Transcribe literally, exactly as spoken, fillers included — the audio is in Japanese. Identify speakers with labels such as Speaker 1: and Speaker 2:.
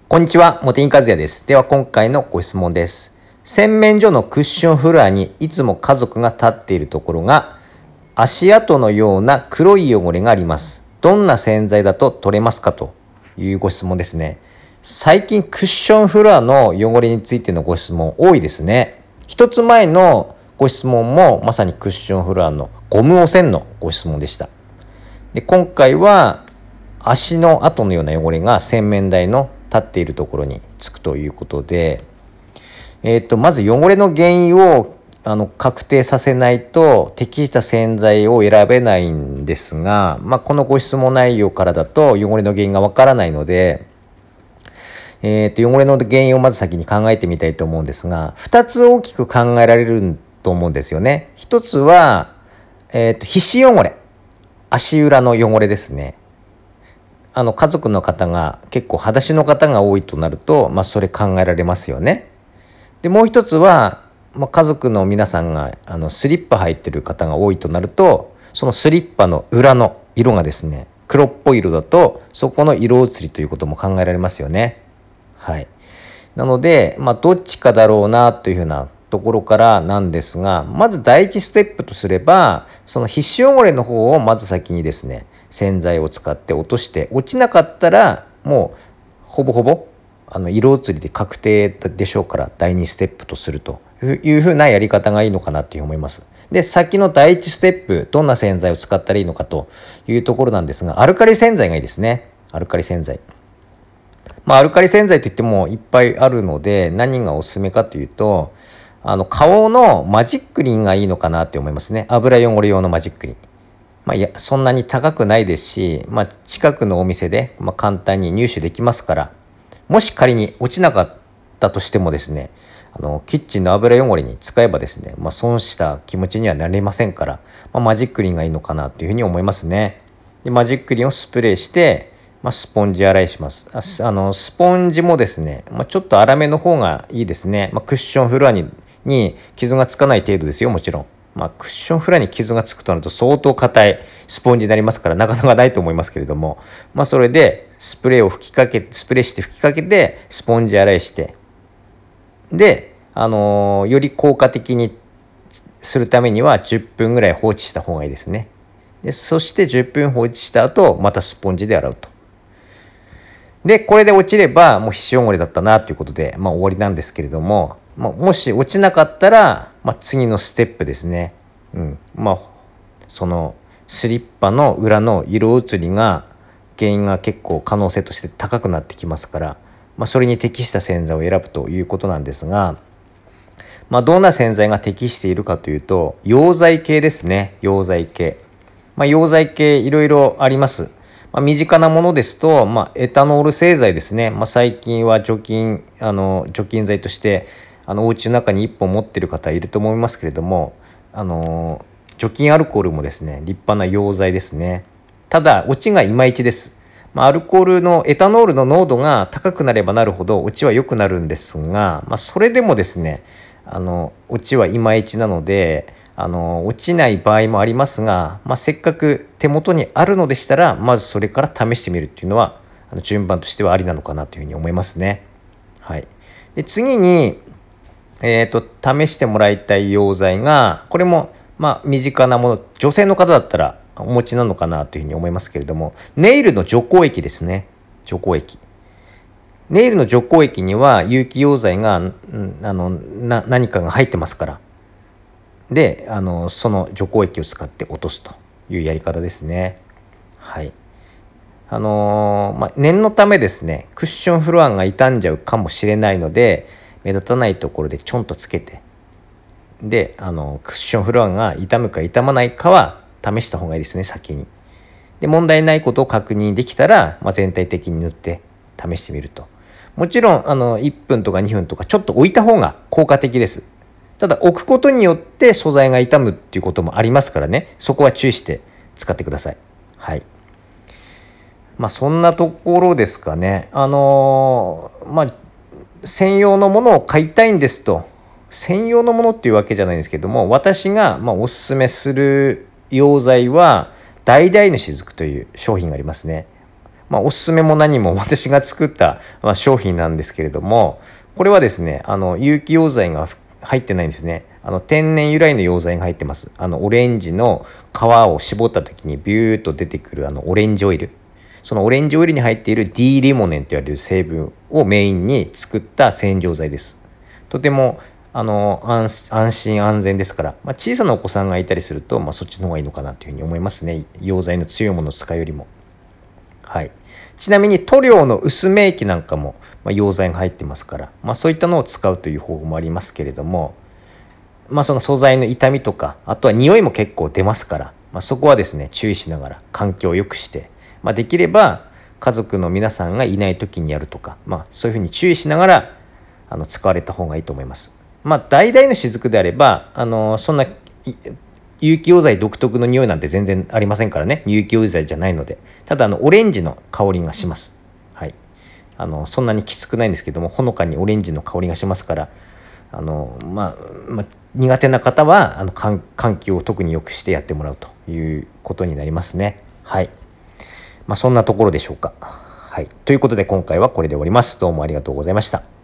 Speaker 1: こんにちは、茂木和也です。では今回のご質問です。洗面所のクッションフロアにいつも家族が立っているところが足跡のような黒い汚れがあります。どんな洗剤だと取れますかというご質問ですね。最近クッションフロアの汚れについてのご質問多いですね。一つ前のご質問もまさにクッションフロアのゴム汚染のご質問でした。で、今回は足の跡のような汚れが洗面台の立っているところにつくということで、えーと、まず汚れの原因をあの確定させないと適した洗剤を選べないんですが、まあ、このご質問内容からだと汚れの原因がわからないので、えーと、汚れの原因をまず先に考えてみたいと思うんですが、ふたつ大きく考えられると思うんですよね。ひとつは、えーと、皮脂汚れ、足裏の汚れですね。あの家族の方が結構裸足の方が多いとなると、まあ、それ考えられますよね。でもう一つは、まあ、家族の皆さんがあのスリッパ履いてる方が多いとなると、そのスリッパの裏の色がですね黒っぽい色だと、そこの色移りということも考えられますよね。はい。なので、まあ、どっちかだろうなというふうなところからなんですが、まず第一ステップとすれば、その皮脂汚れの方をまず先にですね洗剤を使って落として、落ちなかったらもうほぼほぼあの色移りで確定でしょうから、だいにステップとするというふうなやり方がいいのかなという思います。で、先のだいいちステップ、どんな洗剤を使ったらいいのかというところなんですが、アルカリ洗剤がいいですね。アルカリ洗剤。まあ、アルカリ洗剤といってもいっぱいあるので、何がおすすめかというと、あの顔のマジックリンがいいのかなって思いますね。油汚れ用のマジックリン。まあ、いやそんなに高くないですし、まあ、近くのお店で、まあ、簡単に入手できますから、もし仮に落ちなかったとしてもですね、あのキッチンの油汚れに使えばですね、まあ、損した気持ちにはなりませんから、まあ、マジックリンがいいのかなというふうに思いますね。で、マジックリンをスプレーして、まあ、スポンジ洗いします。ああのスポンジもですね、まあ、ちょっと粗めの方がいいですね。まあ、クッションフロアにに傷がつかない程度ですよ、もちろん。まあ、クッションフロアに傷がつくとなると相当硬いスポンジになりますから、なかなかないと思いますけれども、まあ、それでスプレーを吹きかけスプレーして吹きかけてスポンジ洗いして、で、あのー、より効果的にするためにはじゅっぷんぐらい放置した方がいいですね。で、そしてじゅっぷん放置した後、またスポンジで洗うと。で、これで落ちればもう皮脂汚れだったなということで、まあ、終わりなんですけれども、まあ、もし落ちなかったら、まあ、次のステップですね。うん。まあ、そのスリッパの裏の色移りが原因が結構可能性として高くなってきますから、まあ、それに適した洗剤を選ぶということなんですが、まあ、どんな洗剤が適しているかというと、溶剤系ですね。溶剤系。まあ、溶剤系いろいろあります。まあ、身近なものですと、まあ、エタノール製剤ですね。まあ、最近は除菌、あの除菌剤としてあのお家の中にいっぽん持っている方いると思いますけれども、あの除菌アルコールもですね、立派な溶剤ですね。ただオチがいまいちです。まあ、アルコールのエタノールの濃度が高くなればなるほどオチは良くなるんですが、まあ、それでもですね、あのオチはいまいちなので、あの落ちない場合もありますが、まあ、せっかく手元にあるのでしたら、まずそれから試してみるっていうのはあの順番としてはありなのかなというふうに思いますね。はい。で、次に、えーと、試してもらいたい溶剤が、これもまあ身近なもの、女性の方だったらお持ちなのかなというふうに思いますけれども、ネイルの除光液ですね。除光液。ネイルの除光液には有機溶剤が、あのな何かが入ってますから、で、あのその除光液を使って落とすというやり方ですね。はい。あのーまあ、念のためですね、クッションフロアが傷んじゃうかもしれないので、目立たないところでちょんとつけて、で、あのクッションフロアが傷むか傷まないかは試した方がいいですね、先に。で、問題ないことを確認できたら、まあ、全体的に塗って試してみると。もちろんあのいっぷんとかにふんとかちょっと置いた方が効果的です。ただ置くことによって素材が傷むっていうこともありますからね、そこは注意して使ってください。はい。まあそんなところですかね。あのー、まあ専用のものを買いたいんですと、専用のものっていうわけじゃないんですけども、私がまあおすすめする溶剤は橙の雫という商品がありますね。 まあ、おすすめも何も私が作った、まあ、商品なんですけれども、これはですね、あの有機溶剤が入ってないんですね。あの天然由来の溶剤が入ってます。あのオレンジの皮を絞った時にビューッと出てくるあのオレンジオイル、そのオレンジオイルに入っている D リモネンと言われる成分をメインに作った洗浄剤です。とてもあの 安, 安心安全ですから、まあ、小さなお子さんがいたりすると、まあ、そっちの方がいいのかなというふうに思いますね。溶剤の強いものを使うよりも。はい、ちなみに塗料の薄め液なんかも、まあ、溶剤が入ってますから、まあ、そういったのを使うという方法もありますけれども、まあ、その素材の傷みとか、あとは匂いも結構出ますから、まあ、そこはですね注意しながら環境を良くして、まあ、できれば家族の皆さんがいない時にやるとか、まあ、そういうふうに注意しながらあの使われた方がいいと思います。まあ、橙の雫であればあのそんな有機溶剤独特の匂いなんて全然ありませんからね。有機溶剤じゃないので。ただあのオレンジの香りがします。はい、あのそんなにきつくないんですけども、ほのかにオレンジの香りがしますから、あの、まあまあ、苦手な方はあの換換気を特によくしてやってもらうということになりますね。はい、まあ、そんなところでしょうか。はい、ということで今回はこれで終わります。どうもありがとうございました。